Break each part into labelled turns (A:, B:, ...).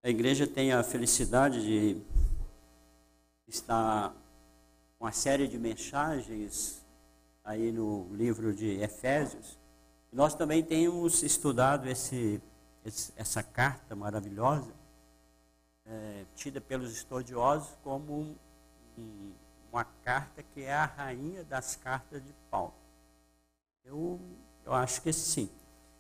A: A igreja tem a felicidade de estar com uma série de mensagens aí no livro de Efésios. Nós também temos estudado essa carta maravilhosa, tida pelos estudiosos como uma carta que é a rainha das cartas de Paulo. Eu acho que sim.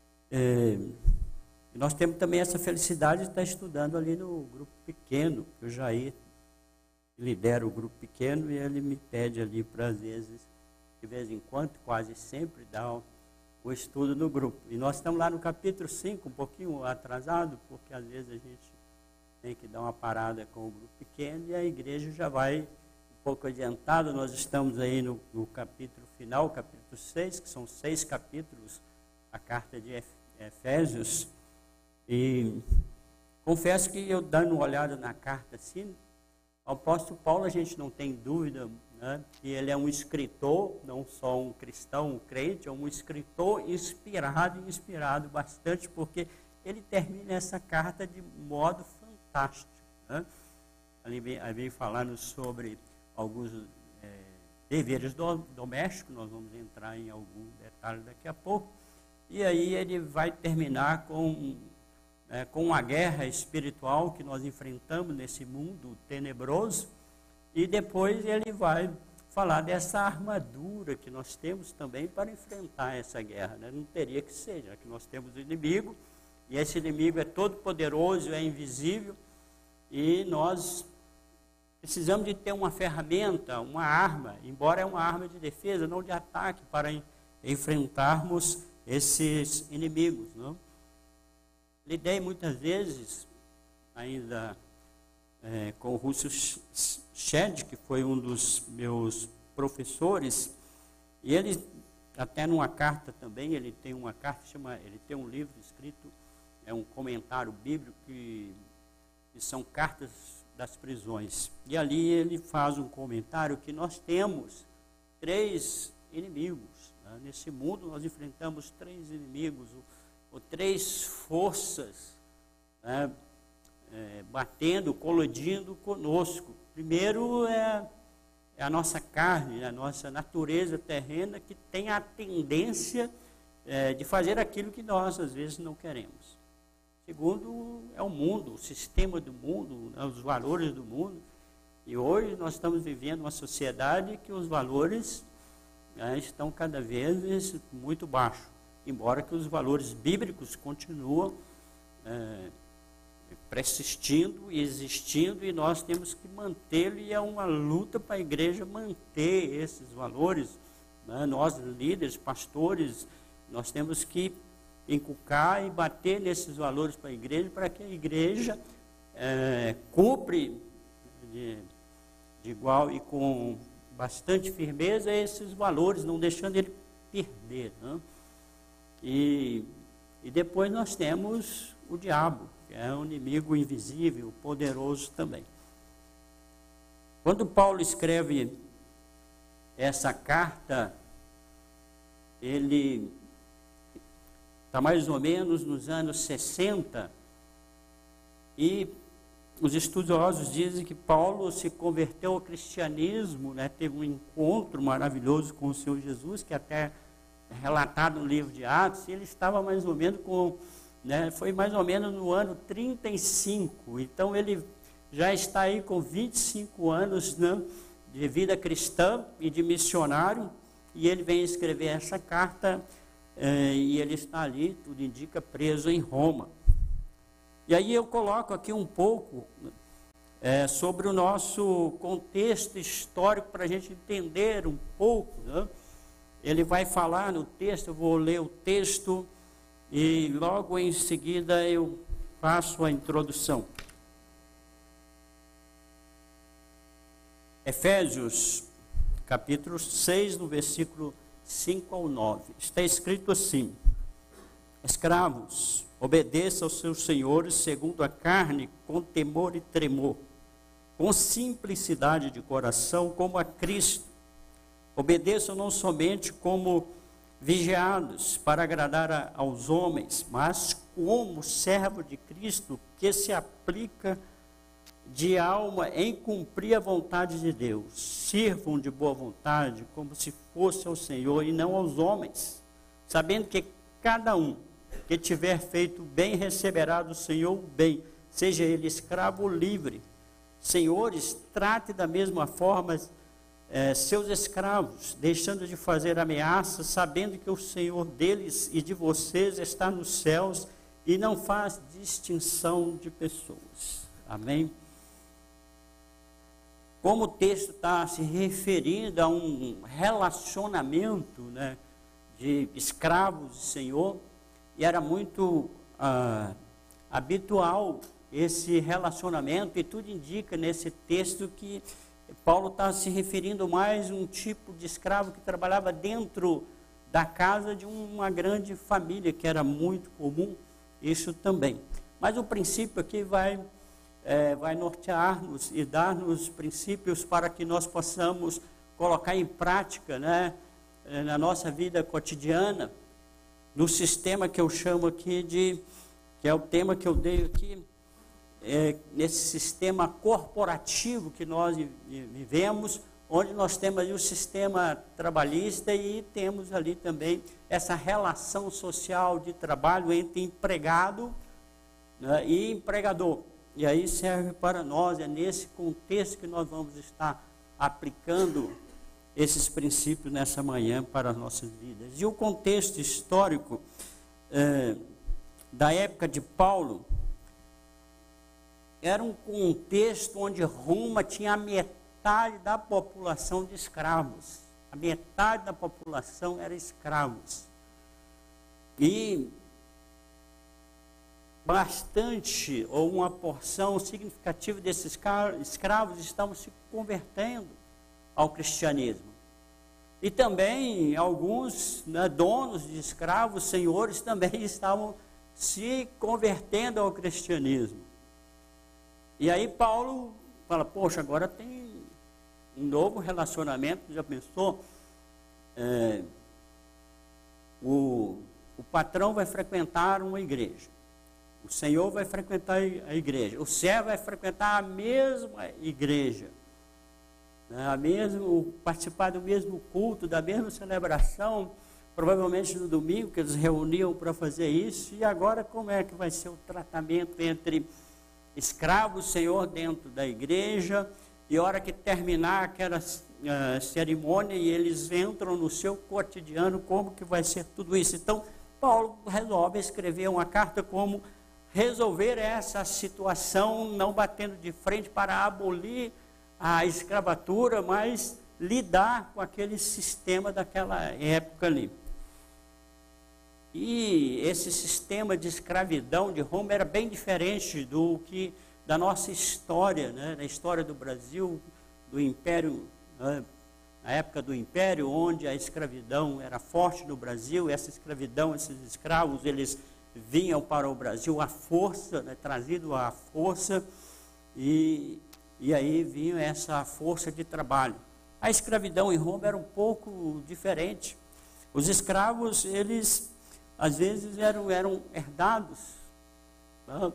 A: Nós temos também essa felicidade de estar estudando ali no grupo pequeno, que o Jair lidera o grupo pequeno e ele me pede ali para, às vezes, de vez em quando, quase sempre, dar o estudo no grupo. E nós estamos lá no capítulo 5, um pouquinho atrasado, porque às vezes a gente tem que dar uma parada com o grupo pequeno e a igreja já vai um pouco adiantada. Nós estamos aí no capítulo final, o capítulo 6, que são 6 capítulos, a carta de Efésios. E confesso que eu, dando uma olhada na carta assim, o apóstolo Paulo, a gente não tem dúvida, né, que ele é um escritor, não só um cristão, um crente, é um escritor inspirado bastante, porque ele termina essa carta de modo fantástico. Né? Ali vem falando sobre alguns deveres domésticos, nós vamos entrar em algum detalhe daqui a pouco, e aí ele vai terminar com uma guerra espiritual que nós enfrentamos nesse mundo tenebroso, e depois ele vai falar dessa armadura que nós temos também para enfrentar essa guerra. Né? Não teria que ser, já que nós temos o inimigo, e esse inimigo é todo poderoso, é invisível, e nós precisamos de ter uma ferramenta, uma arma, embora é uma arma de defesa, não de ataque, para enfrentarmos esses inimigos. Não? Lidei muitas vezes, ainda com o Russell Shedd, que foi um dos meus professores, e ele, até numa carta também, ele tem uma carta, ele tem um livro escrito, um comentário bíblico, que são cartas das prisões. E ali ele faz um comentário que nós temos 3 inimigos. Né? Nesse mundo nós enfrentamos 3 inimigos, ou 3 forças, né, batendo, colidindo conosco. Primeiro é a nossa carne, a nossa natureza terrena, que tem a tendência de fazer aquilo que nós, às vezes, não queremos. Segundo é o mundo, o sistema do mundo, né, os valores do mundo. E hoje nós estamos vivendo uma sociedade que os valores estão cada vez muito baixos. Embora que os valores bíblicos continuam persistindo e existindo, e nós temos que mantê-lo, e é uma luta para a igreja manter esses valores. Né? Nós, líderes, pastores, nós temos que inculcar e bater nesses valores para que a igreja cumpre de igual e com bastante firmeza esses valores, não deixando ele perder. Né? E depois nós temos o diabo, que é um inimigo invisível, poderoso também. Quando Paulo escreve essa carta, ele está mais ou menos nos anos 60, e os estudiosos dizem que Paulo se converteu ao cristianismo, né, teve um encontro maravilhoso com o Senhor Jesus, que até relatado no livro de Atos, e ele estava mais ou menos foi mais ou menos no ano 35, então ele já está aí com 25 anos, né, de vida cristã e de missionário, e ele vem escrever essa carta, e ele está ali, tudo indica, preso em Roma. E aí eu coloco aqui um pouco sobre o nosso contexto histórico, para a gente entender um pouco, né? Ele vai falar no texto, eu vou ler o texto e logo em seguida eu faço a introdução. Efésios, capítulo 6, no versículo 5 ao 9. Está escrito assim: escravos, obedeçam aos seus senhores segundo a carne, com temor e tremor, com simplicidade de coração, como a Cristo. Obedeçam não somente como vigiados para agradar aos homens, mas como servo de Cristo que se aplica de alma em cumprir a vontade de Deus. Sirvam de boa vontade, como se fosse ao Senhor e não aos homens, sabendo que cada um que tiver feito bem receberá do Senhor o bem, seja ele escravo ou livre. Senhores, trate da mesma forma seus escravos, deixando de fazer ameaças, sabendo que o Senhor deles e de vocês está nos céus e não faz distinção de pessoas. Amém? Como o texto está se referindo a um relacionamento, né, de escravos e Senhor, e era muito habitual esse relacionamento, e tudo indica nesse texto que Paulo está se referindo mais a um tipo de escravo que trabalhava dentro da casa de uma grande família, que era muito comum isso também. Mas o princípio aqui vai nortear-nos e dar-nos princípios para que nós possamos colocar em prática, né, na nossa vida cotidiana, no sistema que eu chamo aqui que é o tema que eu dei aqui, nesse sistema corporativo que nós vivemos, onde nós temos ali o sistema trabalhista e temos ali também essa relação social de trabalho entre empregado, né, e empregador. E aí serve para nós, é nesse contexto que nós vamos estar aplicando esses princípios nessa manhã para as nossas vidas. E o contexto histórico da época de Paulo era um contexto onde Roma tinha a metade da população de escravos. A metade da população era escravos. E bastante, ou uma porção significativa desses escravos estavam se convertendo ao cristianismo. E também alguns, né, donos de escravos, senhores, também estavam se convertendo ao cristianismo. E aí Paulo fala, poxa, agora tem um novo relacionamento, já pensou? O patrão vai frequentar uma igreja. O Senhor vai frequentar a igreja. O servo vai frequentar a mesma igreja. Participar do mesmo culto, da mesma celebração, provavelmente no domingo, que eles reuniam para fazer isso. E agora como é que vai ser o tratamento entre escravo e Senhor dentro da igreja? E a hora que terminar aquela cerimônia e eles entram no seu cotidiano, como que vai ser tudo isso? Então, Paulo resolve escrever uma carta como resolver essa situação, não batendo de frente para abolir a escravatura, mas lidar com aquele sistema daquela época ali. E esse sistema de escravidão de Roma era bem diferente da nossa história, né? Da história do Brasil, do Império, né? Na época do Império, onde a escravidão era forte no Brasil. Essa escravidão, esses escravos, eles vinham para o Brasil à força, né? Trazido à força, e aí vinha essa força de trabalho. A escravidão em Roma era um pouco diferente. Os escravos, eles às vezes eram herdados. Tá?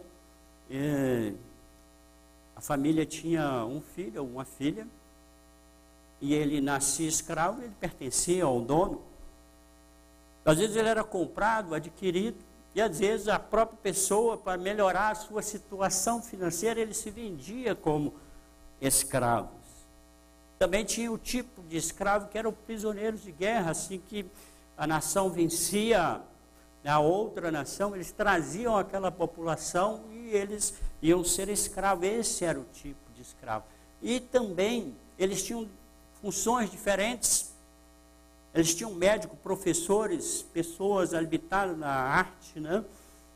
A: A família tinha um filho ou uma filha, e ele nascia escravo, ele pertencia ao dono. Às vezes ele era comprado, adquirido, e às vezes a própria pessoa, para melhorar a sua situação financeira, ele se vendia como escravos. Também tinha o tipo de escravo que eram prisioneiros de guerra, assim que a nação vencia a outra nação, eles traziam aquela população e eles iam ser escravos. Esse era o tipo de escravo. E também eles tinham funções diferentes. Eles tinham médicos, professores, pessoas habilitadas na arte, né?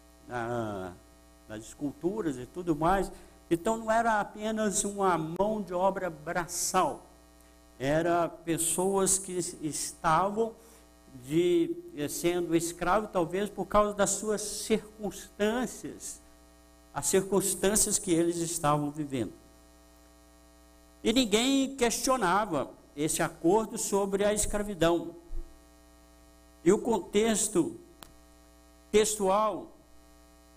A: Nas esculturas e tudo mais. Então não era apenas uma mão de obra braçal. Era pessoas que estavam sendo escravos, talvez por causa das suas circunstâncias, as circunstâncias que eles estavam vivendo. E ninguém questionava esse acordo sobre a escravidão. E o contexto textual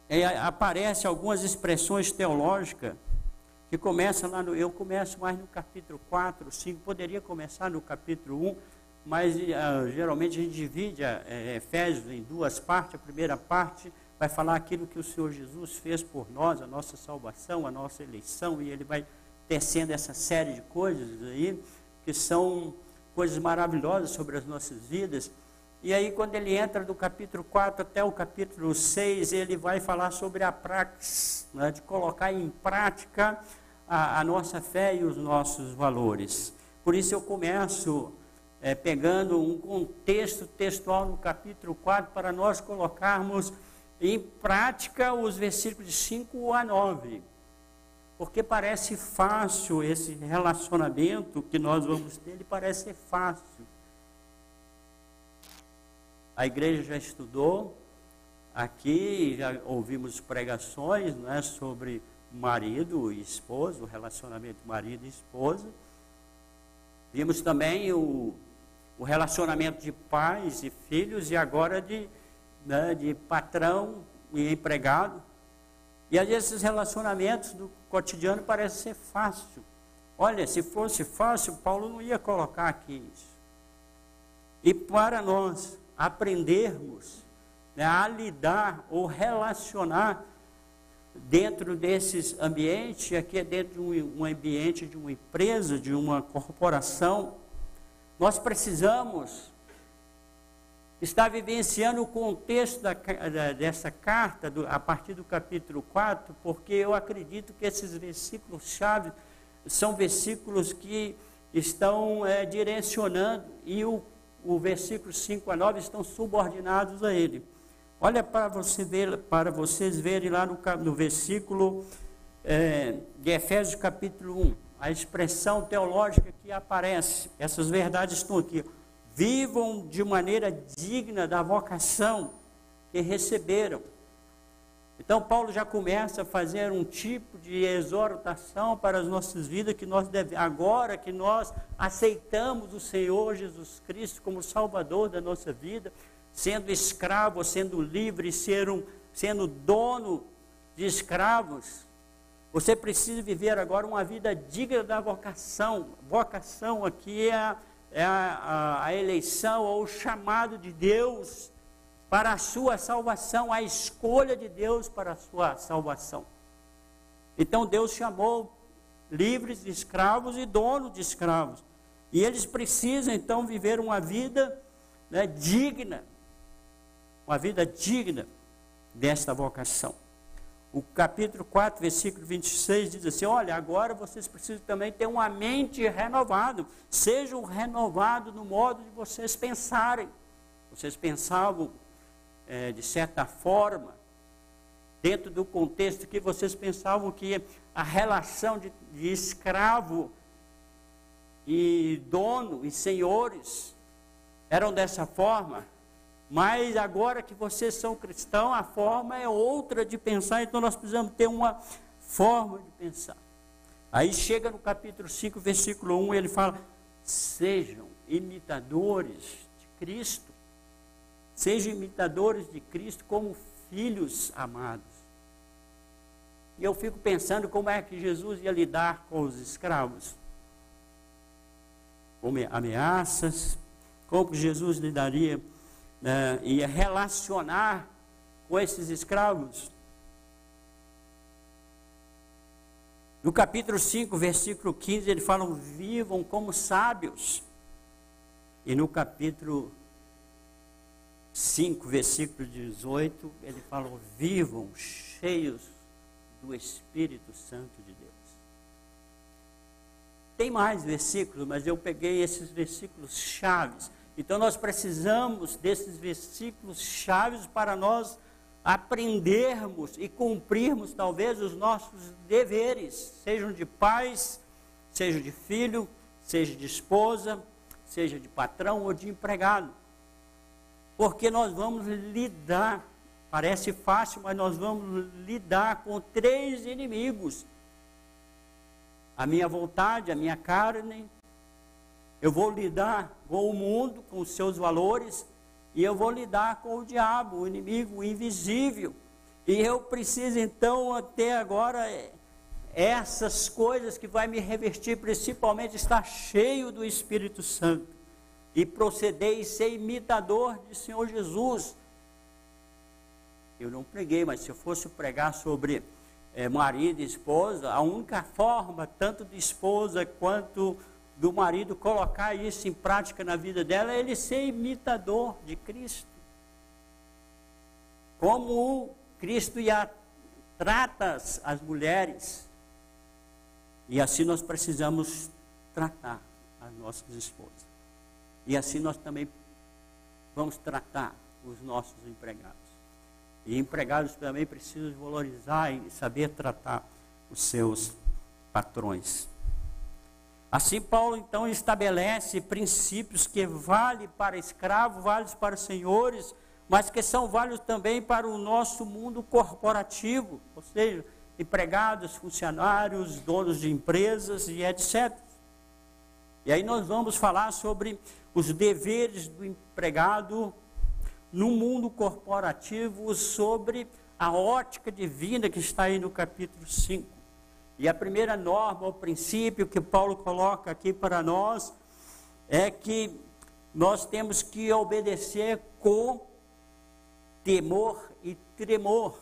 A: aparecem algumas expressões teológicas que começam lá eu começo mais no capítulo 4, 5, poderia começar no capítulo 1, mas geralmente a gente divide Efésios em duas partes. A primeira parte vai falar aquilo que o Senhor Jesus fez por nós, a nossa salvação, a nossa eleição, e ele vai tecendo essa série de coisas aí, que são coisas maravilhosas sobre as nossas vidas. E aí, quando ele entra do capítulo 4 até o capítulo 6, ele vai falar sobre a praxis, né, de colocar em prática a nossa fé e os nossos valores. Por isso eu começo pegando um contexto textual no capítulo 4 para nós colocarmos em prática os versículos de 5 a 9. Porque parece fácil esse relacionamento que nós vamos ter, ele parece ser fácil. A igreja já estudou aqui, já ouvimos pregações, né, sobre marido e esposa, o relacionamento marido e esposa. Vimos também o relacionamento de pais e filhos, e agora de patrão e empregado. E às vezes esses relacionamentos do cotidiano parecem ser fácil. Olha, se fosse fácil, Paulo não ia colocar aqui isso. E para nós aprendermos, né, a lidar ou relacionar dentro desses ambientes, aqui é dentro de um ambiente de uma empresa, de uma corporação, nós precisamos estar vivenciando o contexto dessa carta, a partir do capítulo 4, porque eu acredito que esses versículos-chave são versículos que estão direcionando, e o versículo 5 a 9 estão subordinados a ele. Olha para vocês verem lá no versículo de Efésios capítulo 1, a expressão teológica que aparece, essas verdades estão aqui. Vivam de maneira digna da vocação que receberam. Então Paulo já começa a fazer um tipo de exortação para as nossas vidas, que nós devemos, agora que nós aceitamos o Senhor Jesus Cristo como Salvador da nossa vida, sendo escravo, sendo livre, sendo dono de escravos, você precisa viver agora uma vida digna da vocação. Vocação aqui é a eleição ou o chamado de Deus para a sua salvação, a escolha de Deus para a sua salvação. Então Deus chamou livres de escravos e donos de escravos. E eles precisam então viver uma vida, né, digna, uma vida digna desta vocação. O capítulo 4, versículo 26 diz assim: olha, agora vocês precisam também ter uma mente renovada. Sejam renovados no modo de vocês pensarem. Vocês pensavam de certa forma, dentro do contexto que vocês pensavam que a relação de escravo e dono e senhores eram dessa forma. Mas agora que vocês são cristãos, a forma é outra de pensar, então nós precisamos ter uma forma de pensar. Aí chega no capítulo 5, versículo 1, ele fala: sejam imitadores de Cristo, sejam imitadores de Cristo como filhos amados. E eu fico pensando como é que Jesus ia lidar com os escravos, com ameaças, como Jesus lidaria, ia relacionar com esses escravos. No capítulo 5, versículo 15, ele fala: vivam como sábios. E no capítulo 5, versículo 18, ele fala: vivam cheios do Espírito Santo de Deus. Tem mais versículos, mas eu peguei esses versículos chaves. Então nós precisamos desses versículos chaves para nós aprendermos e cumprirmos talvez os nossos deveres, sejam de pais, seja de filho, seja de esposa, seja de patrão ou de empregado. Porque nós vamos lidar, parece fácil, mas nós vamos lidar com 3 inimigos. A minha vontade, a minha carne. Eu vou lidar com o mundo, com os seus valores, e eu vou lidar com o diabo, o inimigo invisível. E eu preciso então até agora essas coisas que vai me revestir, principalmente estar cheio do Espírito Santo e proceder e ser imitador de Senhor Jesus. Eu não preguei, mas se eu fosse pregar sobre marido e esposa, a única forma, tanto de esposa quanto do marido, colocar isso em prática na vida dela, é ele ser imitador de Cristo. Como Cristo trata as mulheres, e assim nós precisamos tratar as nossas esposas. E assim nós também vamos tratar os nossos empregados. E empregados também precisam valorizar e saber tratar os seus patrões. Assim, Paulo então estabelece princípios que valem para escravos, valem para senhores, mas que são válidos também para o nosso mundo corporativo, ou seja, empregados, funcionários, donos de empresas e etc. E aí nós vamos falar sobre os deveres do empregado no mundo corporativo, sobre a ótica divina que está aí no capítulo 5. E a primeira norma, o princípio que Paulo coloca aqui para nós, é que nós temos que obedecer com temor e tremor.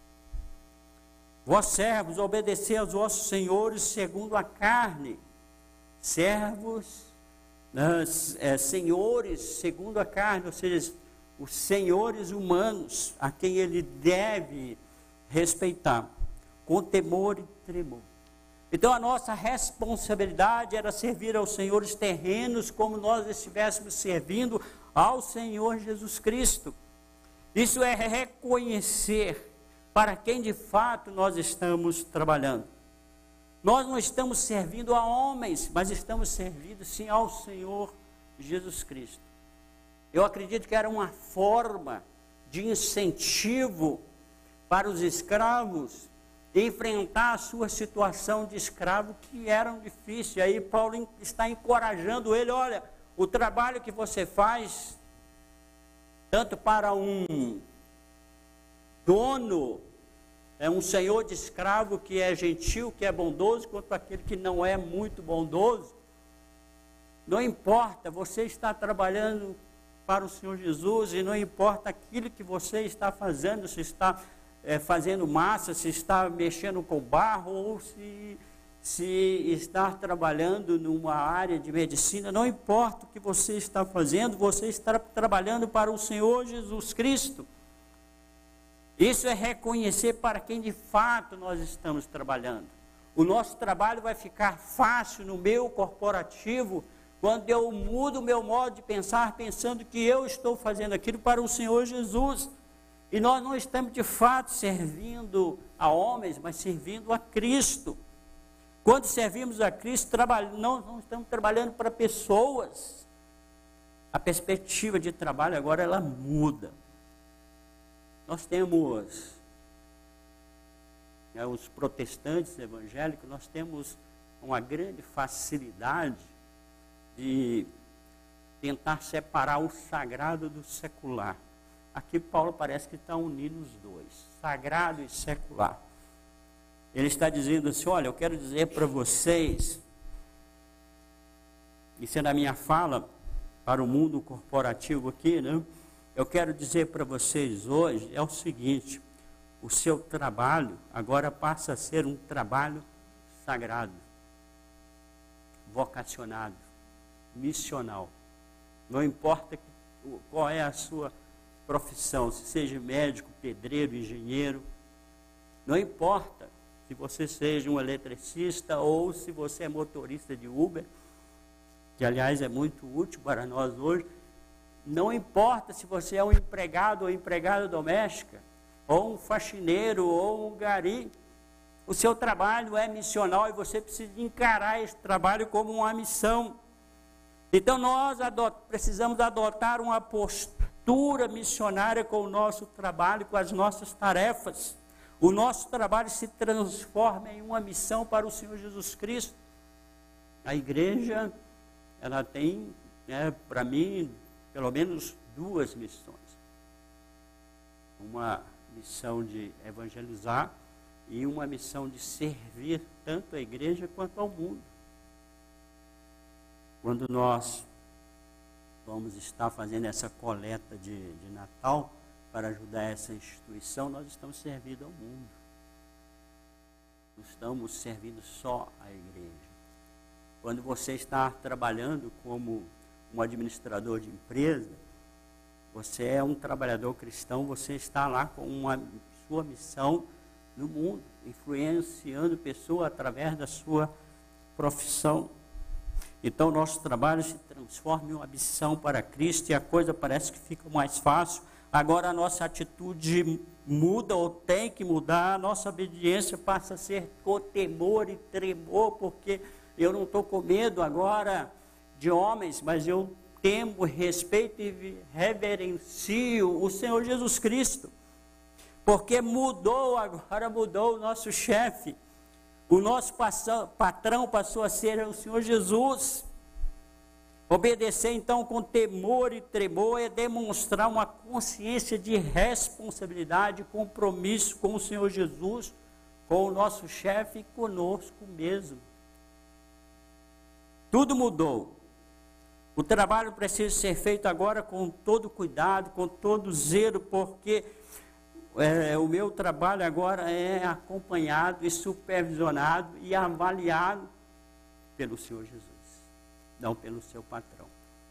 A: Vós servos, obedecei aos vossos senhores segundo a carne. Servos, senhores segundo a carne, ou seja, os senhores humanos, a quem ele deve respeitar, com temor e tremor. Então a nossa responsabilidade era servir aos senhores terrenos como nós estivéssemos servindo ao Senhor Jesus Cristo. Isso é reconhecer para quem de fato nós estamos trabalhando. Nós não estamos servindo a homens, mas estamos servindo sim ao Senhor Jesus Cristo. Eu acredito que era uma forma de incentivo para os escravos enfrentar a sua situação de escravo, que era difícil. E aí Paulo está encorajando ele: olha, o trabalho que você faz, tanto para um dono, um senhor de escravo que é gentil, que é bondoso, quanto aquele que não é muito bondoso, não importa, você está trabalhando para o Senhor Jesus, e não importa aquilo que você está fazendo, se está fazendo massa, se está mexendo com barro, ou se está trabalhando numa área de medicina, não importa o que você está fazendo, você está trabalhando para o Senhor Jesus Cristo. Isso é reconhecer para quem de fato nós estamos trabalhando. O nosso trabalho vai ficar fácil no meu corporativo, quando eu mudo o meu modo de pensar, pensando que eu estou fazendo aquilo para o Senhor Jesus. E nós não estamos de fato servindo a homens, mas servindo a Cristo. Quando servimos a Cristo, não estamos trabalhando para pessoas. A perspectiva de trabalho agora ela muda. Nós temos os protestantes evangélicos, nós temos uma grande facilidade de tentar separar o sagrado do secular. Aqui Paulo parece que está unindo os dois, sagrado e secular. Ele está dizendo assim: olha, eu quero dizer para vocês, isso é na minha fala para o mundo corporativo aqui, né? Eu quero dizer para vocês hoje é o seguinte: o seu trabalho agora passa a ser um trabalho sagrado, vocacionado, missional. Não importa qual é a sua profissão, se seja médico, pedreiro, engenheiro, não importa se você seja um eletricista ou se você é motorista de Uber, que aliás é muito útil para nós hoje. Não importa se você é um empregado ou empregada doméstica, ou um faxineiro ou um gari, o seu trabalho é missional e você precisa encarar esse trabalho como uma missão. Então nós precisamos adotar uma postura missionária com o nosso trabalho, com as nossas tarefas. O nosso trabalho se transforma em uma missão para o Senhor Jesus Cristo. A igreja, ela tem, para mim, pelo menos duas missões. Uma missão de evangelizar e uma missão de servir tanto a igreja quanto ao mundo. Quando nós vamos estar fazendo essa coleta de Natal para ajudar essa instituição, nós estamos servindo ao mundo. Não estamos servindo só a igreja. Quando você está trabalhando como um administrador de empresa, você é um trabalhador cristão, você está lá com uma sua missão no mundo, influenciando pessoas através da sua profissão. Então, nosso trabalho se transforma em uma missão para Cristo e a coisa parece que fica mais fácil. Agora, a nossa atitude muda ou tem que mudar, a nossa obediência passa a ser com temor e tremor, porque eu não estou com medo agora de homens, mas eu temo, respeito e reverencio o Senhor Jesus Cristo. Porque agora mudou o nosso chefe. O nosso patrão passou a ser o Senhor Jesus. Obedecer então com temor e tremor é demonstrar uma consciência de responsabilidade, compromisso com o Senhor Jesus, com o nosso chefe e conosco mesmo. Tudo mudou. O trabalho precisa ser feito agora com todo cuidado, com todo zelo, porque o meu trabalho agora é acompanhado e supervisionado e avaliado pelo Senhor Jesus, não pelo seu patrão.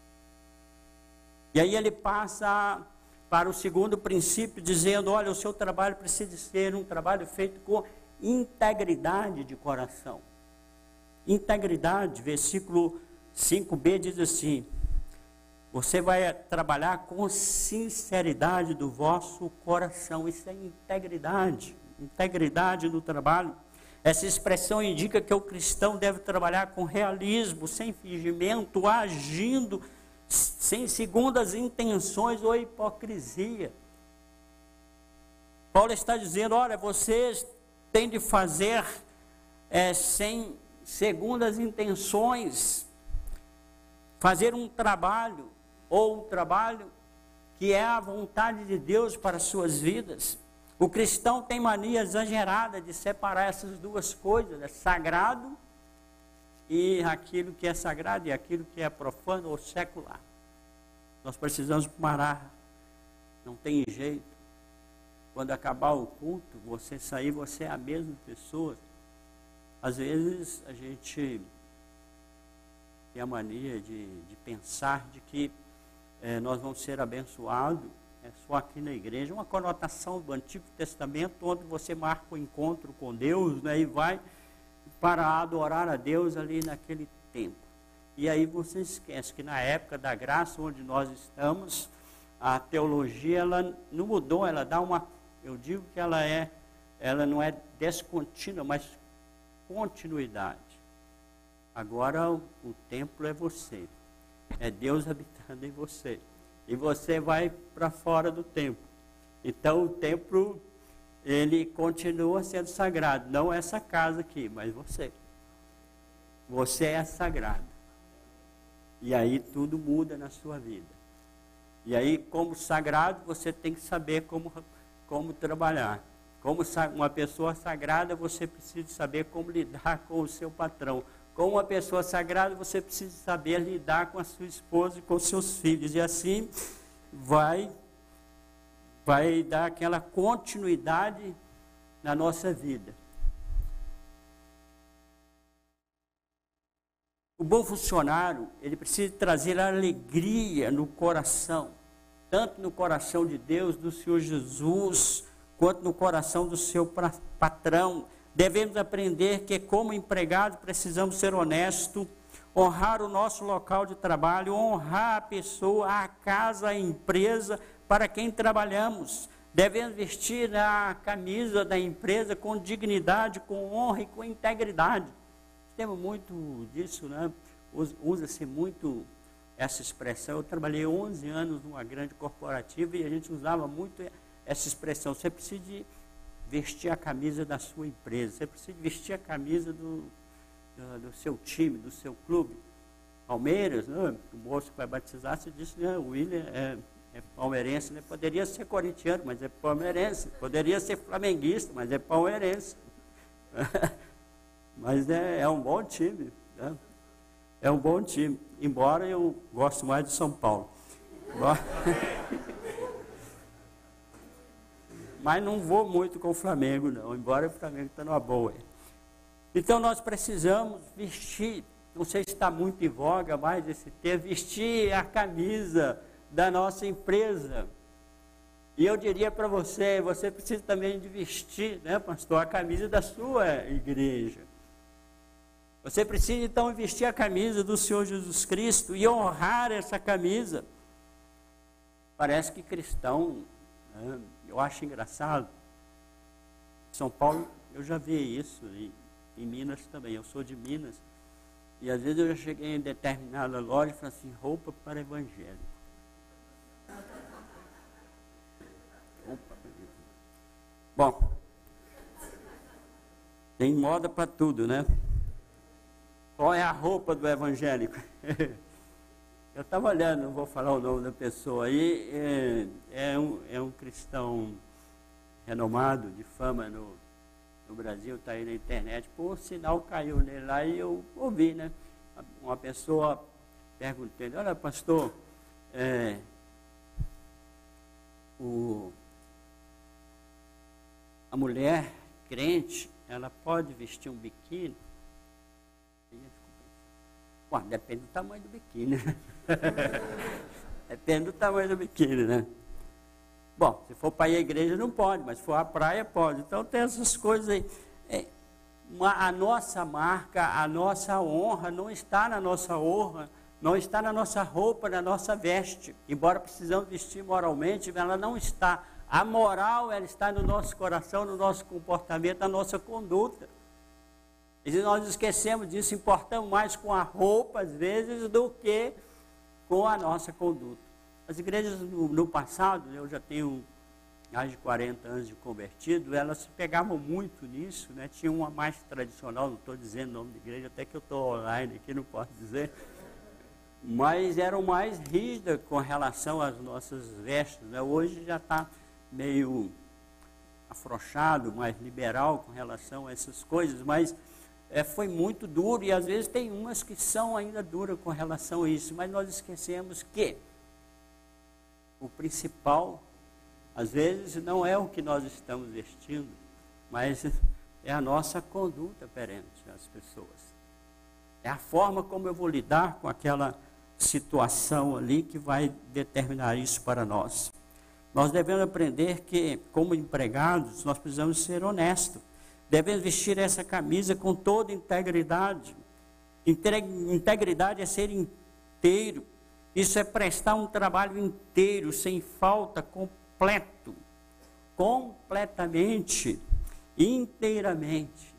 A: E aí ele passa para o segundo princípio, dizendo, olha, o seu trabalho precisa ser um trabalho feito com integridade de coração. Integridade, versículo 5b diz assim, você vai trabalhar com sinceridade do vosso coração. Isso é integridade, integridade no trabalho. Essa expressão indica que o cristão deve trabalhar com realismo, sem fingimento, agindo sem segundas intenções ou hipocrisia. Paulo está dizendo, olha, vocês têm de fazer sem segundas intenções, fazer um trabalho, ou um trabalho que é a vontade de Deus para as suas vidas. O cristão tem mania exagerada de separar essas duas coisas, é sagrado e aquilo que é sagrado e aquilo que é profano ou secular. Nós precisamos parar, não tem jeito. Quando acabar o culto, você sair, você é a mesma pessoa. Às vezes a gente tem a mania de pensar de que nós vamos ser abençoados só aqui na igreja. Uma conotação do Antigo Testamento, onde você marca o encontro com Deus, né, e vai para adorar a Deus ali naquele tempo. E aí você esquece que na época da graça, onde nós estamos, a teologia ela não mudou, ela dá eu digo que ela não é descontínua, mas continuidade. Agora o templo é você, é Deus habitando em você, e você vai para fora do templo. Então o templo, ele continua sendo sagrado, não essa casa aqui, mas você é sagrado, e aí tudo muda na sua vida. E aí, como sagrado, você tem que saber como trabalhar. Como uma pessoa sagrada, você precisa saber como lidar com o seu patrão. Como uma pessoa sagrada, você precisa saber lidar com a sua esposa e com os seus filhos. E assim vai dar aquela continuidade na nossa vida. O bom funcionário, ele precisa trazer alegria no coração, tanto no coração de Deus, do Senhor Jesus, quanto no coração do seu patrão. Devemos aprender que, como empregado, precisamos ser honestos, honrar o nosso local de trabalho, honrar a pessoa, a casa, a empresa para quem trabalhamos. Devemos vestir a camisa da empresa com dignidade, com honra e com integridade. Temos muito disso, né? Usa-se muito essa expressão. Eu trabalhei 11 anos numa grande corporativa e a gente usava muito essa expressão. Você precisa de vestir a camisa da sua empresa, você precisa vestir a camisa do seu time, do seu clube. Palmeiras, né? O moço que vai batizar, você disse, né? O William é palmeirense, né? Poderia ser corintiano, mas é palmeirense. Poderia ser flamenguista, mas é palmeirense. Mas é um bom time, né? É um bom time, embora eu gosto mais de São Paulo. Mas não vou muito com o Flamengo, não, embora o Flamengo está numa boa. Então nós precisamos vestir, não sei se está muito em voga mais esse termo, vestir a camisa da nossa empresa. E eu diria para você, você precisa também de vestir, né, pastor, a camisa da sua igreja. Você precisa então vestir a camisa do Senhor Jesus Cristo e honrar essa camisa. Parece que cristão, né, eu acho engraçado. Em São Paulo eu já vi isso, e em Minas também, eu sou de Minas. E às vezes eu já cheguei em determinada loja e falei assim, roupa para evangélico. Bom, tem moda para tudo, né? Qual é a roupa do evangélico? Eu estava olhando, não vou falar o nome da pessoa aí, é um cristão renomado, de fama no Brasil, está aí na internet, por sinal caiu nele lá e eu ouvi, né? Uma pessoa perguntando, olha pastor, a mulher crente, ela pode vestir um biquíni? Bom, depende do tamanho do biquíni, né? Depende do tamanho do biquíni, né? Bom, se for para ir à igreja não pode, mas se for à praia pode. Então tem essas coisas aí. A nossa marca, a nossa honra não está na nossa honra, não está na nossa roupa, na nossa veste. Embora precisamos vestir moralmente, ela não está. A moral, ela está no nosso coração, no nosso comportamento, na nossa conduta. E nós esquecemos disso, importamos mais com a roupa, às vezes, do que com a nossa conduta. As igrejas no passado, eu já tenho mais de 40 anos de convertido, elas se pegavam muito nisso, né? Tinha uma mais tradicional, não estou dizendo o nome da igreja, até que eu estou online aqui, não posso dizer, mas eram mais rígidas com relação às nossas vestes, né? Hoje já está meio afrouxado, mais liberal com relação a essas coisas, mas foi muito duro, e às vezes tem umas que são ainda duras com relação a isso, mas nós esquecemos que o principal, às vezes, não é o que nós estamos vestindo, mas é a nossa conduta perante as pessoas. É a forma como eu vou lidar com aquela situação ali que vai determinar isso para nós. Nós devemos aprender que, como empregados, nós precisamos ser honestos. Devemos vestir essa camisa com toda integridade. Integridade é ser inteiro. Isso é prestar um trabalho inteiro, sem falta, completo. Completamente, inteiramente.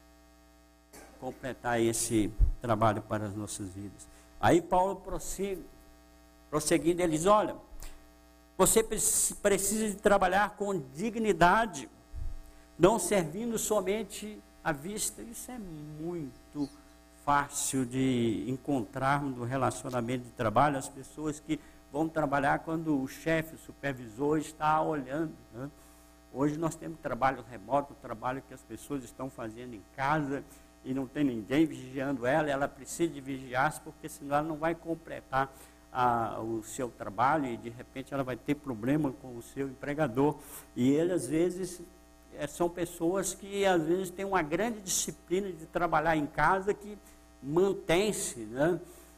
A: Completar esse trabalho para as nossas vidas. Aí Paulo prosseguindo, ele diz, olha, você precisa de trabalhar com dignidade, não servindo somente à vista. Isso é muito fácil de encontrarmos no relacionamento de trabalho, as pessoas que vão trabalhar quando o chefe, o supervisor está olhando, né? Hoje nós temos trabalho remoto, trabalho que as pessoas estão fazendo em casa e não tem ninguém vigiando ela, ela precisa de vigiar, porque senão ela não vai completar o seu trabalho e de repente ela vai ter problema com o seu empregador. E ele às vezes são pessoas que às vezes têm uma grande disciplina de trabalhar em casa, que mantém-se, né,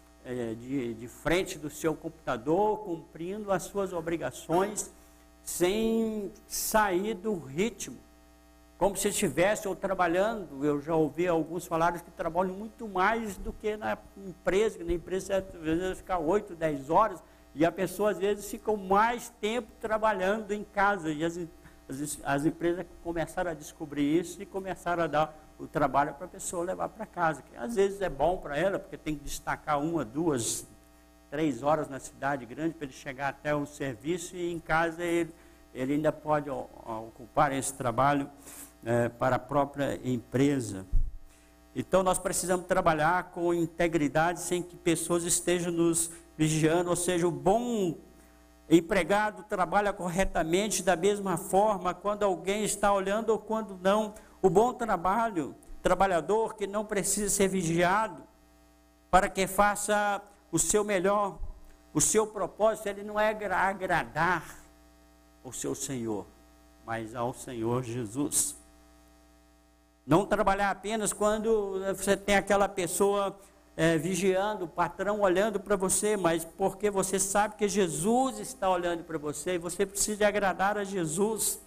A: de frente do seu computador, cumprindo as suas obrigações, sem sair do ritmo, como se estivesse ou trabalhando. Eu já ouvi alguns falarem que trabalham muito mais do que na empresa, que na empresa às vezes fica 8, 10 horas, e a pessoa às vezes fica mais tempo trabalhando em casa, e as empresas começaram a descobrir isso e começaram a dar o trabalho para a pessoa levar para casa, que às vezes é bom para ela, porque tem que destacar 1, 2, 3 horas na cidade grande para ele chegar até o serviço, e em casa ele ainda pode ocupar esse trabalho para a própria empresa. Então nós precisamos trabalhar com integridade, sem que pessoas estejam nos vigiando, ou seja, o bom empregado trabalha corretamente da mesma forma quando alguém está olhando ou quando não. O bom trabalhador que não precisa ser vigiado para que faça o seu melhor, o seu propósito, ele não é agradar ao seu Senhor, mas ao Senhor Jesus. Não trabalhar apenas quando você tem aquela pessoa vigiando, o patrão olhando para você, mas porque você sabe que Jesus está olhando para você e você precisa agradar a Jesus.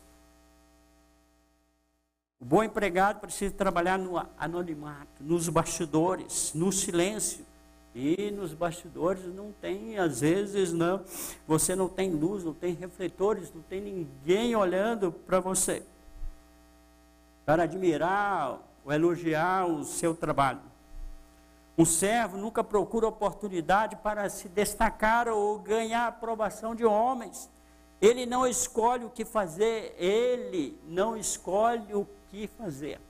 A: O bom empregado precisa trabalhar no anonimato, nos bastidores, no silêncio. E nos bastidores não tem, às vezes, não, você não tem luz, não tem refletores, não tem ninguém olhando para você, para admirar ou elogiar o seu trabalho. Um servo nunca procura oportunidade para se destacar ou ganhar a aprovação de homens. Ele não escolhe o que fazer, ele não escolhe o que fazer.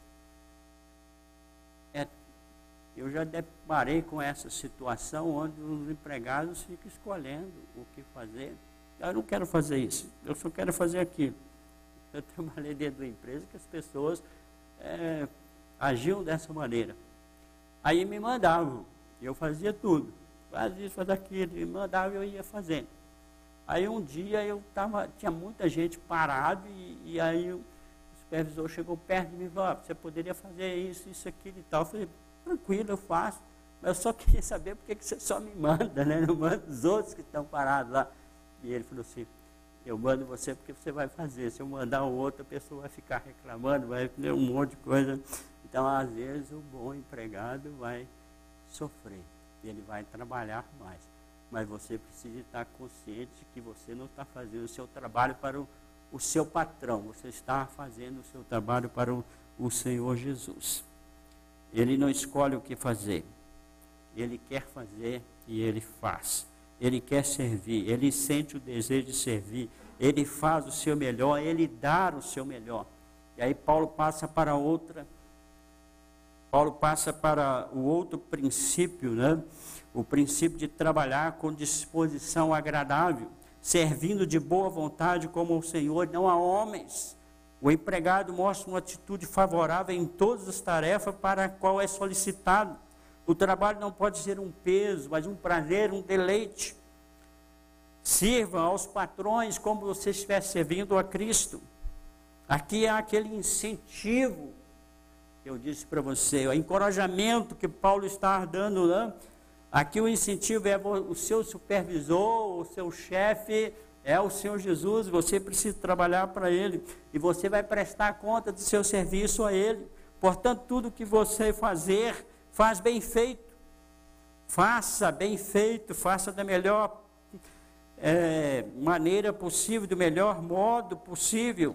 A: Eu já deparei com essa situação onde os empregados ficam escolhendo o que fazer. Eu não quero fazer isso, eu só quero fazer aquilo. Eu trabalhei dentro de uma empresa que as pessoas agiam dessa maneira. Aí me mandavam, eu fazia tudo. Faz isso, faz aquilo, me mandavam e eu ia fazendo. Aí um dia tinha muita gente parado e aí o supervisor chegou perto de mim e falou, você poderia fazer isso, aquilo e tal. Eu falei, tranquilo, eu faço, mas eu só queria saber por que você só me manda, né? Não manda os outros que estão parados lá. E ele falou assim, eu mando você porque você vai fazer, se eu mandar o outro, a pessoa vai ficar reclamando, vai ter um monte de coisa. Então, às vezes, o bom empregado vai sofrer, ele vai trabalhar mais. Mas você precisa estar consciente de que você não está fazendo o seu trabalho para o seu patrão, você está fazendo o seu trabalho para o Senhor Jesus. Ele não escolhe o que fazer, ele quer fazer e ele faz. Ele quer servir, ele sente o desejo de servir, ele faz o seu melhor, ele dá o seu melhor. E aí Paulo passa para o outro princípio, né? O princípio de trabalhar com disposição agradável, servindo de boa vontade como ao Senhor, não a homens. O empregado mostra uma atitude favorável em todas as tarefas para a qual é solicitado. O trabalho não pode ser um peso, mas um prazer, um deleite. Sirva aos patrões como você estivesse servindo a Cristo. Aqui há aquele incentivo que eu disse para você, o encorajamento que Paulo está dando, né? Aqui o incentivo é o seu supervisor, o seu chefe, é o Senhor Jesus, você precisa trabalhar para Ele, e você vai prestar conta do seu serviço a Ele. Portanto, tudo que você fazer, faz bem feito. Faça bem feito, faça da melhor maneira possível, do melhor modo possível.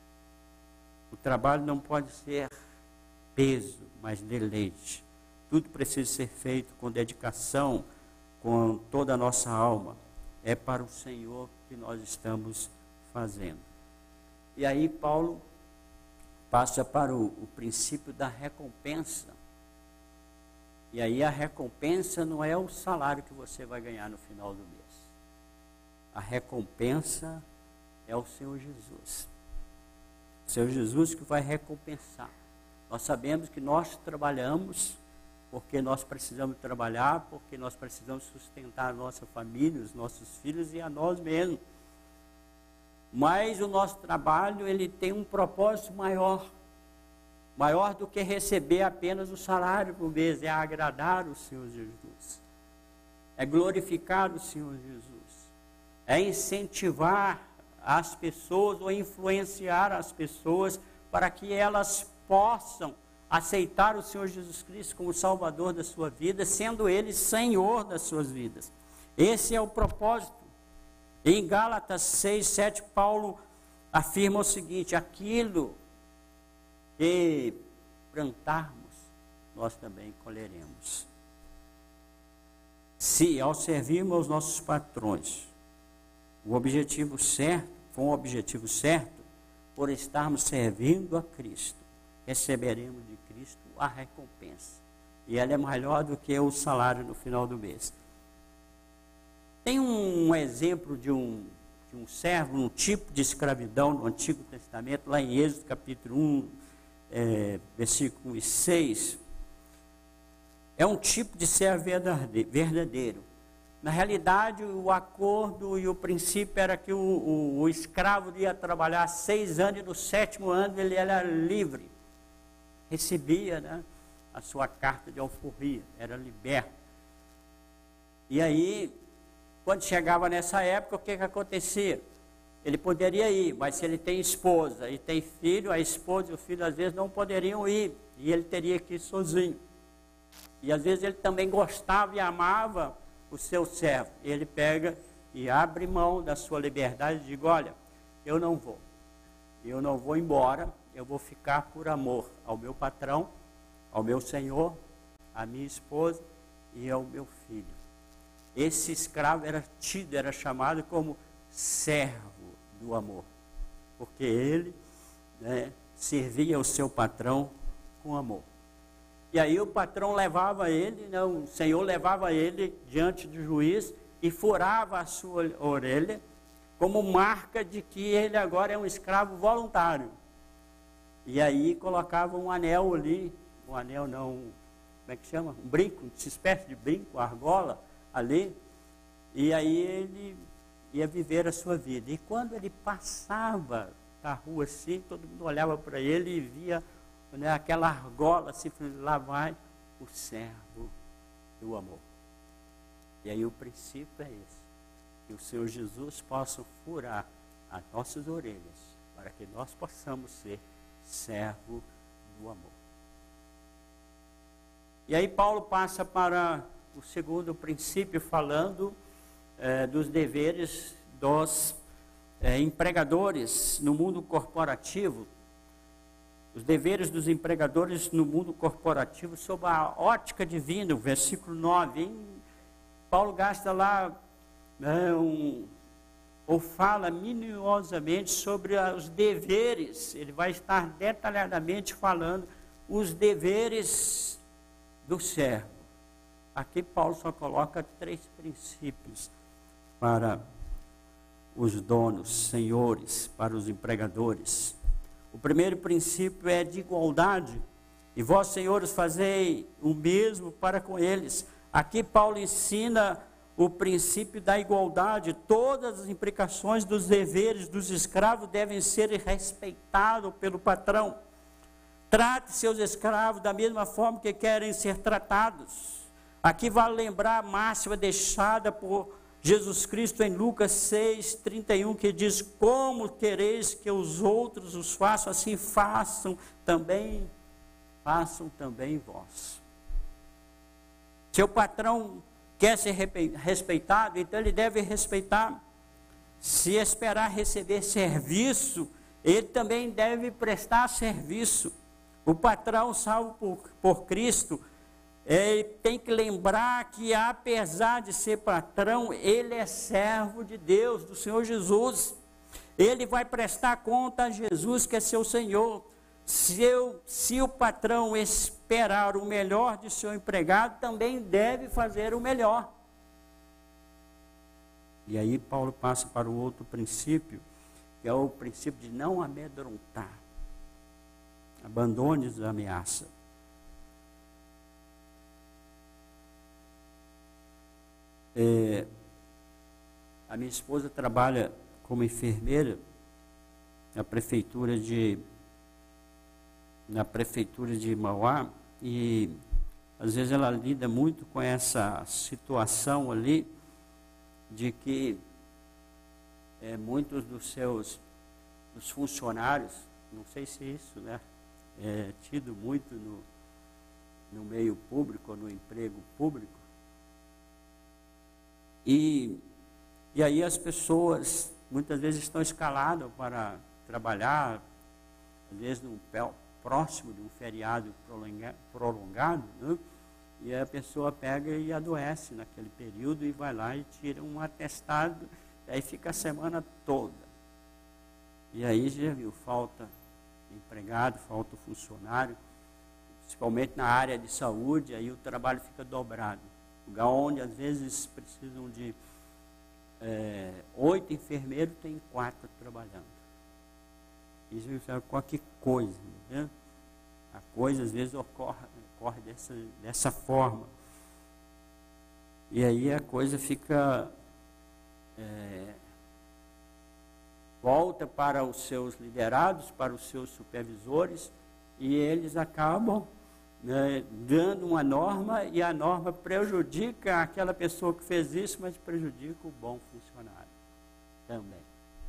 A: O trabalho não pode ser peso, mas deleite. Tudo precisa ser feito com dedicação, com toda a nossa alma. É para o Senhor que nós estamos fazendo. E aí Paulo passa para o princípio da recompensa. E aí a recompensa não é o salário que você vai ganhar no final do mês. A recompensa é o Senhor Jesus. O Senhor Jesus que vai recompensar. Nós sabemos que nós trabalhamos porque nós precisamos trabalhar, porque nós precisamos sustentar a nossa família, os nossos filhos e a nós mesmos. Mas o nosso trabalho, ele tem um propósito maior do que receber apenas o salário por mês, é agradar o Senhor Jesus, é glorificar o Senhor Jesus, é incentivar as pessoas ou influenciar as pessoas para que elas possam aceitar o Senhor Jesus Cristo como Salvador da sua vida, sendo Ele Senhor das suas vidas. Esse é o propósito. Em Gálatas 6, 7, Paulo afirma o seguinte: aquilo que plantarmos, nós também colheremos. Se ao servirmos aos nossos patrões, o objetivo certo, com o objetivo certo, por estarmos servindo a Cristo, receberemos de Cristo a recompensa. E ela é maior do que o salário no final do mês. Tem um exemplo de um de um servo, um tipo de escravidão no Antigo Testamento, lá em Êxodo capítulo 1, versículo 6, é um tipo de servo verdadeiro. Na realidade, o acordo e o princípio era que o escravo ia trabalhar 6 anos e no 7º ano ele era livre. Recebia, né, a sua carta de alforria, era liberto. E aí, quando chegava nessa época, o que acontecia? Ele poderia ir, mas se ele tem esposa e tem filho, a esposa e o filho às vezes não poderiam ir, e ele teria que ir sozinho. E às vezes ele também gostava e amava o seu servo. Ele pega e abre mão da sua liberdade e diz: olha, eu não vou embora, eu vou ficar por amor ao meu patrão, ao meu senhor, à minha esposa e ao meu filho. Esse escravo era chamado como servo do amor, porque ele, né, servia o seu patrão com amor. E aí o patrão levava ele, né, o senhor levava ele diante do juiz e furava a sua orelha, como marca de que ele agora é um escravo voluntário. E aí colocava um anel ali, um anel não, como é que chama? Um brinco, uma espécie de brinco, argola ali, e aí ele ia viver a sua vida. E quando ele passava na rua assim, todo mundo olhava para ele e via, né, aquela argola assim, lá vai o servo do amor. E aí o princípio é esse, que o Senhor Jesus possa furar as nossas orelhas, para que nós possamos ser servo do amor. E aí Paulo passa para o segundo princípio, falando dos deveres dos empregadores no mundo corporativo. Os deveres dos empregadores no mundo corporativo sob a ótica divina, o versículo 9. Paulo gasta lá, ou fala minuciosamente sobre os deveres. Ele vai estar detalhadamente falando os deveres do servo. Aqui Paulo só coloca 3 princípios para os donos, senhores, para os empregadores. O primeiro princípio é de igualdade. E vós, senhores, fazei o mesmo para com eles. Aqui Paulo ensina o princípio da igualdade. Todas as implicações dos deveres dos escravos devem ser respeitados pelo patrão. Trate seus escravos da mesma forma que querem ser tratados. Aqui vale lembrar a máxima deixada por Jesus Cristo em Lucas 6:31, que diz: como quereis que os outros os façam, assim façam também vós. Seu patrão quer ser respeitado, então ele deve respeitar. Se esperar receber serviço, ele também deve prestar serviço. O patrão salvo por Cristo, ele tem que lembrar que, apesar de ser patrão, ele é servo de Deus, do Senhor Jesus. Ele vai prestar conta a Jesus, que é seu Senhor. Se o patrão esperar o melhor de seu empregado, também deve fazer o melhor. E aí Paulo passa para o outro princípio, que é o princípio de não amedrontar. Abandone a ameaça. A minha esposa trabalha como enfermeira na prefeitura de Mauá, e às vezes ela lida muito com essa situação ali, de que muitos dos funcionários, não sei se isso, né, é tido muito no meio público, no emprego público, e aí as pessoas muitas vezes estão escaladas para trabalhar, às vezes próximo de um feriado prolongado, né? E a pessoa pega e adoece naquele período e vai lá e tira um atestado, e aí fica a semana toda. E aí já viu, falta empregado, falta funcionário, principalmente na área de saúde, aí o trabalho fica dobrado. Lugar onde às vezes precisam de 8 enfermeiros, tem 4 trabalhando. Isso é qualquer coisa, né? A coisa às vezes ocorre dessa forma. E aí a coisa fica... volta para os seus liderados, para os seus supervisores, e eles acabam, né, dando uma norma, e a norma prejudica aquela pessoa que fez isso, mas prejudica o bom funcionário também.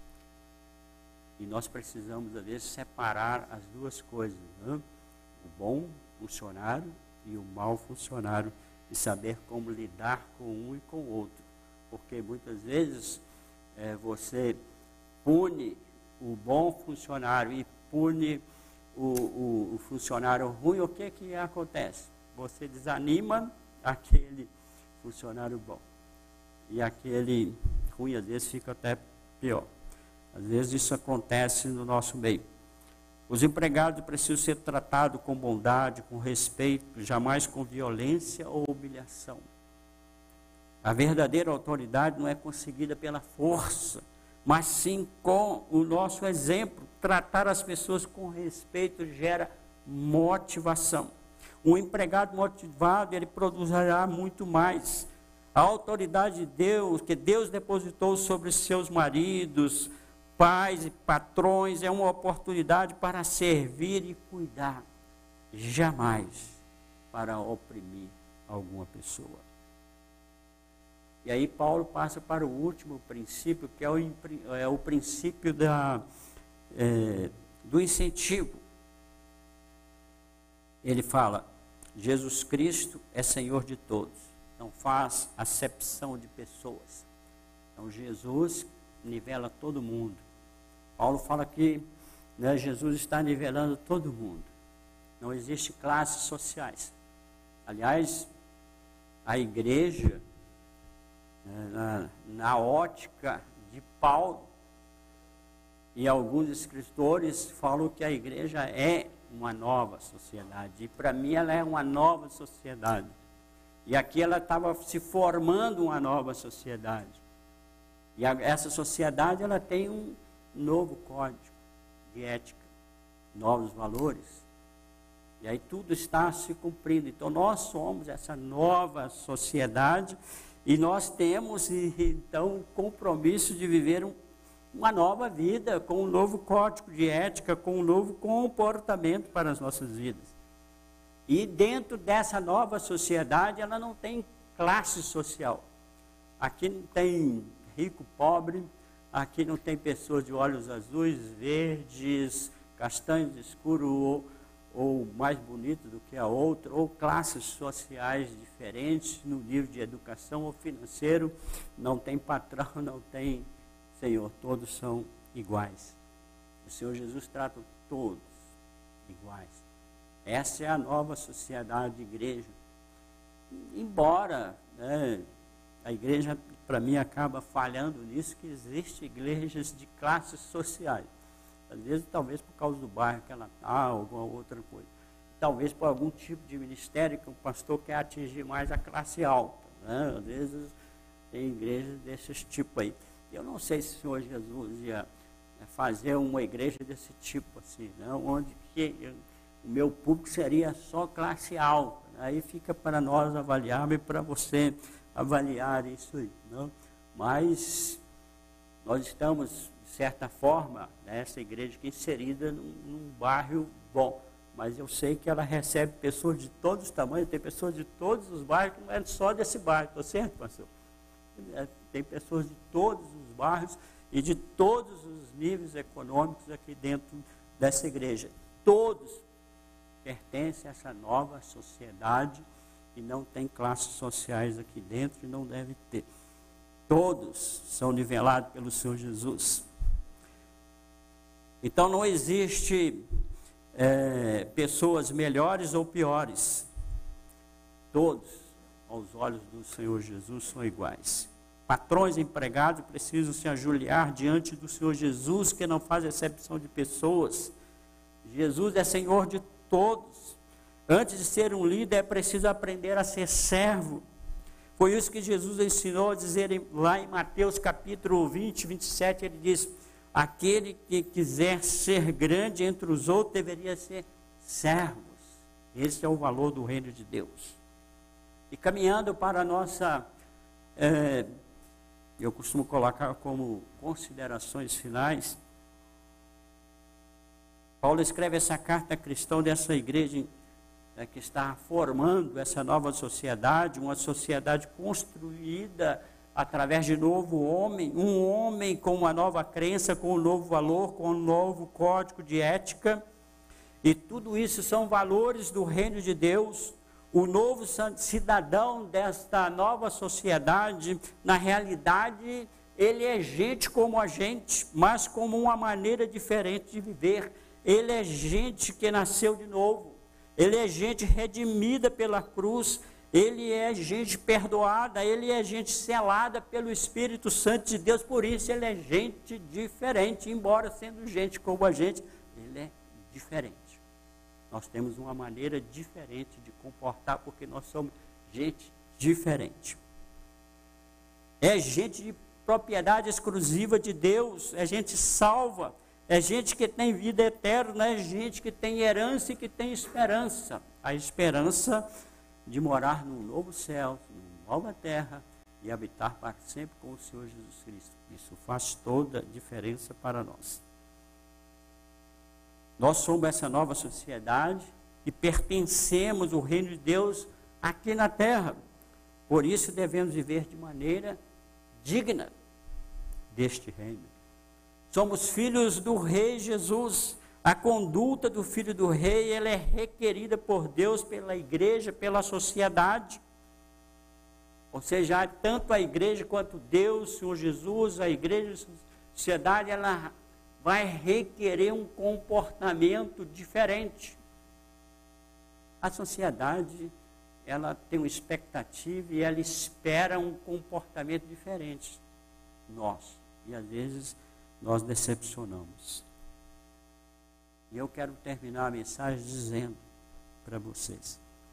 A: E nós precisamos, às vezes, separar as duas coisas, né? O bom funcionário e o mau funcionário, e saber como lidar com um e com o outro. Porque muitas vezes você pune o bom funcionário e pune o funcionário ruim, o que acontece? Você desanima aquele funcionário bom. E aquele ruim, às vezes, fica até pior. Às vezes isso acontece no nosso meio. Os empregados precisam ser tratados com bondade, com respeito, jamais com violência ou humilhação. A verdadeira autoridade não é conseguida pela força, mas sim com o nosso exemplo. Tratar as pessoas com respeito gera motivação. Um empregado motivado, ele produzirá muito mais. A autoridade de Deus, que Deus depositou sobre seus maridos, pais e patrões, é uma oportunidade para servir e cuidar, jamais para oprimir alguma pessoa. E aí Paulo passa para o último princípio, que é o princípio do incentivo. Ele fala, Jesus Cristo é Senhor de todos, não faz acepção de pessoas. Então Jesus nivela todo mundo. Paulo fala que, né, Jesus está nivelando todo mundo. Não existe classes sociais. Aliás, a igreja, na ótica de Paulo, e alguns escritores falam que a igreja é uma nova sociedade. E para mim ela é uma nova sociedade. E aqui ela estava se formando uma nova sociedade. E essa sociedade ela tem um novo código de ética, novos valores. E aí tudo está se cumprindo. Então nós somos essa nova sociedade e nós temos então o compromisso de viver uma nova vida, com um novo código de ética, com um novo comportamento para as nossas vidas. E dentro dessa nova sociedade, ela não tem classe social. Aqui não tem rico, pobre, aqui não tem pessoas de olhos azuis, verdes, castanhos escuros, ou mais bonito do que a outra, ou classes sociais diferentes no nível de educação ou financeiro. Não tem patrão, não tem Senhor, todos são iguais. O Senhor Jesus trata todos iguais. Essa é a nova sociedade de igreja. Embora, né, a igreja, para mim, acaba falhando nisso, que existem igrejas de classes sociais. Às vezes, talvez por causa do bairro que ela está, ou alguma outra coisa. Talvez por algum tipo de ministério que o pastor quer atingir mais a classe alta. Né? Às vezes, tem igrejas desses tipos aí. Eu não sei se o Senhor Jesus ia fazer uma igreja desse tipo, assim, né? Onde que o meu público seria só classe alta. Aí fica para nós avaliarmos e para você avaliar isso aí. Não? Mas nós estamos, de certa forma, nessa igreja aqui inserida num bairro bom. Mas eu sei que ela recebe pessoas de todos os tamanhos, tem pessoas de todos os bairros, que não é só desse bairro, estou certo, pastor? Tem pessoas de todos os bairros e de todos os níveis econômicos aqui dentro dessa igreja. Todos pertencem a essa nova sociedade e não tem classes sociais aqui dentro e não deve ter. Todos são nivelados pelo Senhor Jesus. Então não existe pessoas melhores ou piores. Todos, aos olhos do Senhor Jesus, são iguais. Patrões e empregados precisam se ajoelhar diante do Senhor Jesus, que não faz exceção de pessoas. Jesus é Senhor de todos. Antes de ser um líder, é preciso aprender a ser servo. Foi isso que Jesus ensinou a dizer lá em Mateus capítulo 20, 27, ele diz: aquele que quiser ser grande entre os outros deveria ser servos. Esse é o valor do reino de Deus. E caminhando para a nossa, eu costumo colocar como considerações finais, Paulo escreve essa carta a cristão dessa igreja que está formando essa nova sociedade, uma sociedade construída através de novo homem, um homem com uma nova crença, com um novo valor, com um novo código de ética, e tudo isso são valores do reino de Deus. O novo cidadão desta nova sociedade, na realidade, ele é gente como a gente, mas como uma maneira diferente de viver. Ele é gente que nasceu de novo, ele é gente redimida pela cruz, ele é gente perdoada, ele é gente selada pelo Espírito Santo de Deus, por isso ele é gente diferente, embora sendo gente como a gente, ele é diferente. Nós temos uma maneira diferente de comportar, porque nós somos gente diferente. É gente de propriedade exclusiva de Deus, é gente salva, é gente que tem vida eterna, é gente que tem herança e que tem esperança. A esperança de morar num novo céu, numa nova terra e habitar para sempre com o Senhor Jesus Cristo. Isso faz toda a diferença para nós. Nós somos essa nova sociedade e pertencemos ao reino de Deus aqui na terra. Por isso devemos viver de maneira digna deste reino. Somos filhos do Rei Jesus. A conduta do filho do rei, ela é requerida por Deus, pela igreja, pela sociedade. Ou seja, tanto a igreja quanto Deus, Senhor Jesus, a igreja, a sociedade, ela vai requerer um comportamento diferente. A sociedade, ela tem uma expectativa e ela espera um comportamento diferente. E às vezes, nós decepcionamos. E eu quero terminar a mensagem dizendo para vocês: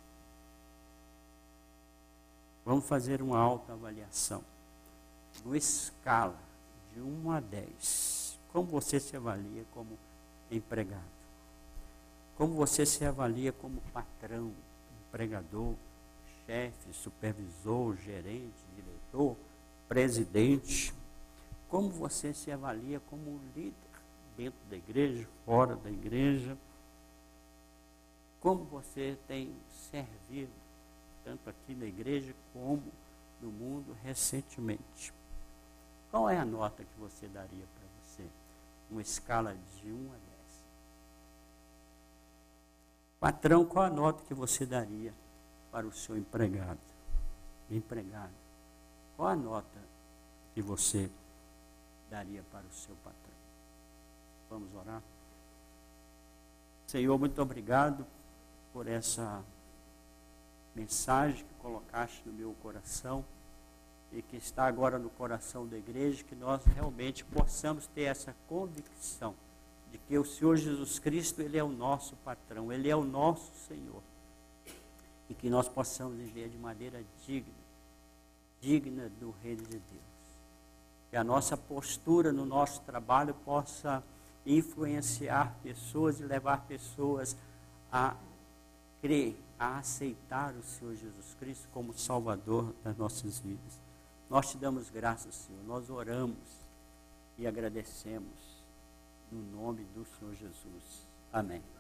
A: vamos fazer uma autoavaliação. Numa escala de 1 a 10, como você se avalia como empregado? Como você se avalia como patrão, empregador, chefe, supervisor, gerente, diretor, presidente? Como você se avalia como líder dentro da igreja, fora da igreja? Como você tem servido, tanto aqui na igreja como no mundo recentemente? Qual é a nota que você daria para você? Uma escala de 1 a 10. Patrão, qual a nota que você daria para o seu empregado? Empregado, qual a nota que você daria para o seu patrão? Vamos orar? Senhor, muito obrigado por essa mensagem que colocaste no meu coração e que está agora no coração da igreja, que nós realmente possamos ter essa convicção de que o Senhor Jesus Cristo, Ele é o nosso patrão, Ele é o nosso Senhor, e que nós possamos viver de maneira digna do reino de Deus. Que a nossa postura no nosso trabalho possa influenciar pessoas e levar pessoas a crer, a aceitar o Senhor Jesus Cristo como Salvador das nossas vidas. Nós te damos graças, Senhor, nós oramos e agradecemos no nome do Senhor Jesus. Amém.